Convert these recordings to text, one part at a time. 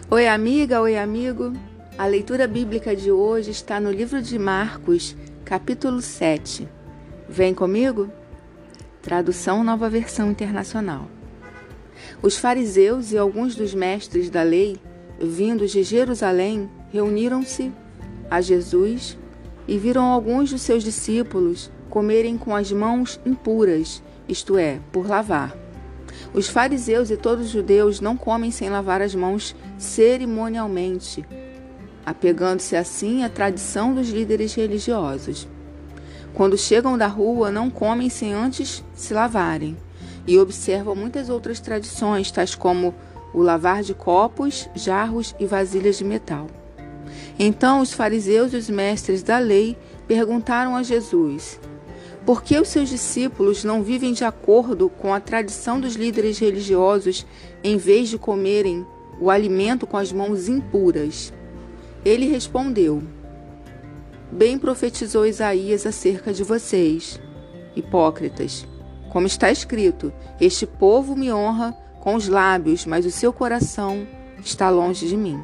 Oi, amiga, oi, amigo. A leitura bíblica de hoje está no livro de Marcos, capítulo 7. Vem comigo? Tradução Nova Versão Internacional. Os fariseus e alguns dos mestres da lei, vindos de Jerusalém, reuniram-se a Jesus e viram alguns dos seus discípulos comerem com as mãos impuras, isto é, por lavar. Os fariseus e todos os judeus não comem sem lavar as mãos cerimonialmente, apegando-se assim à tradição dos líderes religiosos. Quando chegam da rua, não comem sem antes se lavarem, e observam muitas outras tradições, tais como o lavar de copos, jarros e vasilhas de metal. Então os fariseus e os mestres da lei perguntaram a Jesus: por que os seus discípulos não vivem de acordo com a tradição dos líderes religiosos em vez de comerem o alimento com as mãos impuras? Ele respondeu: bem profetizou Isaías acerca de vocês, hipócritas. Como está escrito: este povo me honra com os lábios, mas o seu coração está longe de mim.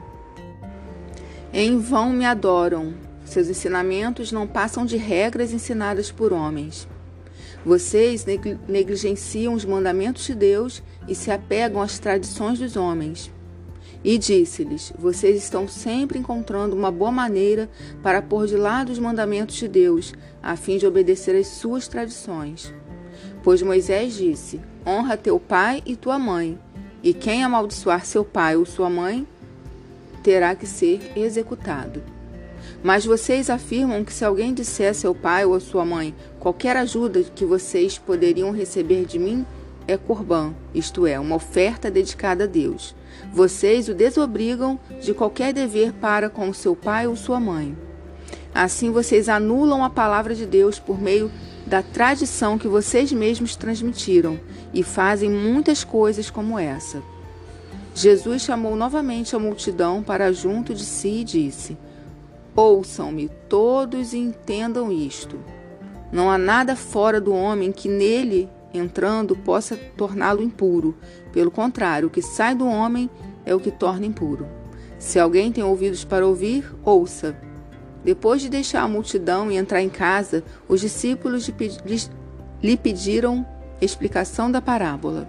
Em vão me adoram. Seus ensinamentos não passam de regras ensinadas por homens. Vocês negligenciam os mandamentos de Deus e se apegam às tradições dos homens. E disse-lhes: vocês estão sempre encontrando uma boa maneira para pôr de lado os mandamentos de Deus, a fim de obedecer às suas tradições. Pois Moisés disse: honra teu pai e tua mãe, e quem amaldiçoar seu pai ou sua mãe terá que ser executado. Mas vocês afirmam que se alguém disser a seu pai ou a sua mãe: qualquer ajuda que vocês poderiam receber de mim é corbã, isto é, uma oferta dedicada a Deus. Vocês o desobrigam de qualquer dever para com seu pai ou sua mãe. Assim vocês anulam a palavra de Deus por meio da tradição que vocês mesmos transmitiram e fazem muitas coisas como essa. Jesus chamou novamente a multidão para junto de si e disse: ouçam-me todos e entendam isto. Não há nada fora do homem que nele, entrando, possa torná-lo impuro. Pelo contrário, o que sai do homem é o que torna impuro. Se alguém tem ouvidos para ouvir, ouça. Depois de deixar a multidão e entrar em casa, os discípulos lhe pediram explicação da parábola.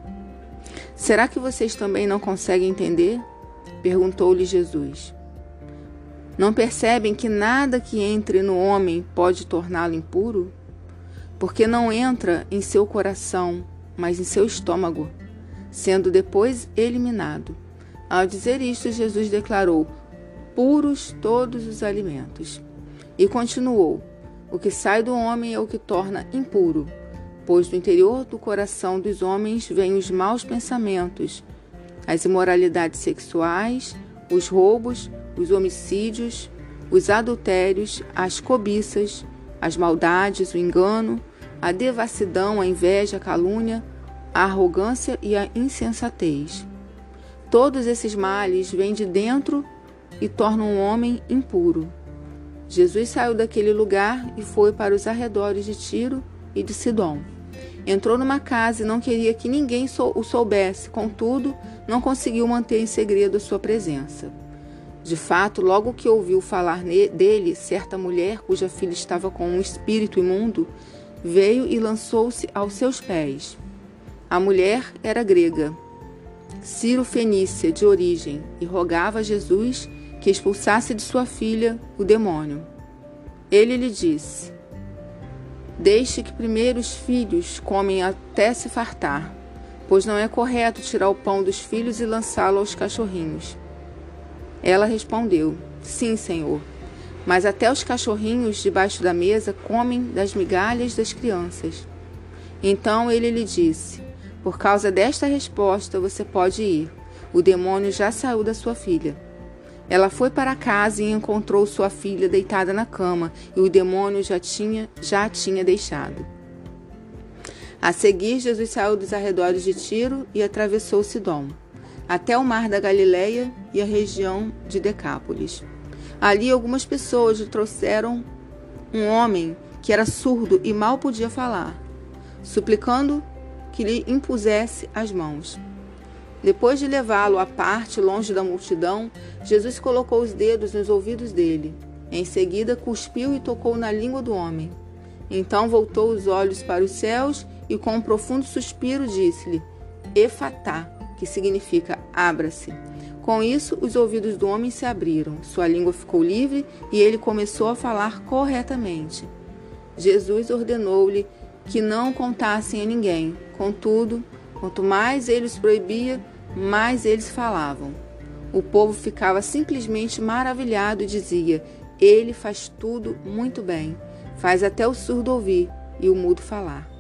Será que vocês também não conseguem entender? Perguntou-lhe Jesus. Não percebem que nada que entre no homem pode torná-lo impuro? Porque não entra em seu coração, mas em seu estômago, sendo depois eliminado. Ao dizer isto, Jesus declarou: puros todos os alimentos. E continuou: o que sai do homem é o que torna impuro, pois do interior do coração dos homens vêm os maus pensamentos, as imoralidades sexuais, os roubos, os homicídios, os adultérios, as cobiças, as maldades, o engano, a devassidão, a inveja, a calúnia, a arrogância e a insensatez. Todos esses males vêm de dentro e tornam o homem impuro. Jesus saiu daquele lugar e foi para os arredores de Tiro e de Sidom. Entrou numa casa e não queria que ninguém o soubesse, contudo, não conseguiu manter em segredo a sua presença. De fato, logo que ouviu falar dele, certa mulher, cuja filha estava com um espírito imundo, veio e lançou-se aos seus pés. A mulher era grega, Ciro-fenícia de origem, e rogava a Jesus que expulsasse de sua filha o demônio. Ele lhe disse: deixe que primeiro os filhos comem até se fartar, pois não é correto tirar o pão dos filhos e lançá-lo aos cachorrinhos. Ela respondeu: sim, Senhor, mas até os cachorrinhos debaixo da mesa comem das migalhas das crianças. Então ele lhe disse: por causa desta resposta você pode ir, o demônio já saiu da sua filha. Ela foi para casa e encontrou sua filha deitada na cama, e o demônio já a tinha deixado. A seguir, Jesus saiu dos arredores de Tiro e atravessou Sidom, até o mar da Galileia e a região de Decápolis. Ali algumas pessoas lhe trouxeram um homem que era surdo e mal podia falar, suplicando que lhe impusesse as mãos. Depois de levá-lo à parte, longe da multidão, Jesus colocou os dedos nos ouvidos dele. Em seguida, cuspiu e tocou na língua do homem. Então voltou os olhos para os céus e, com um profundo suspiro, disse-lhe: Efatá, que significa abra-se. Com isso, os ouvidos do homem se abriram, sua língua ficou livre e ele começou a falar corretamente. Jesus ordenou-lhe que não contassem a ninguém. Contudo, quanto mais ele os proibia, mais eles falavam. O povo ficava simplesmente maravilhado e dizia: Ele faz tudo muito bem, faz até o surdo ouvir e o mudo falar.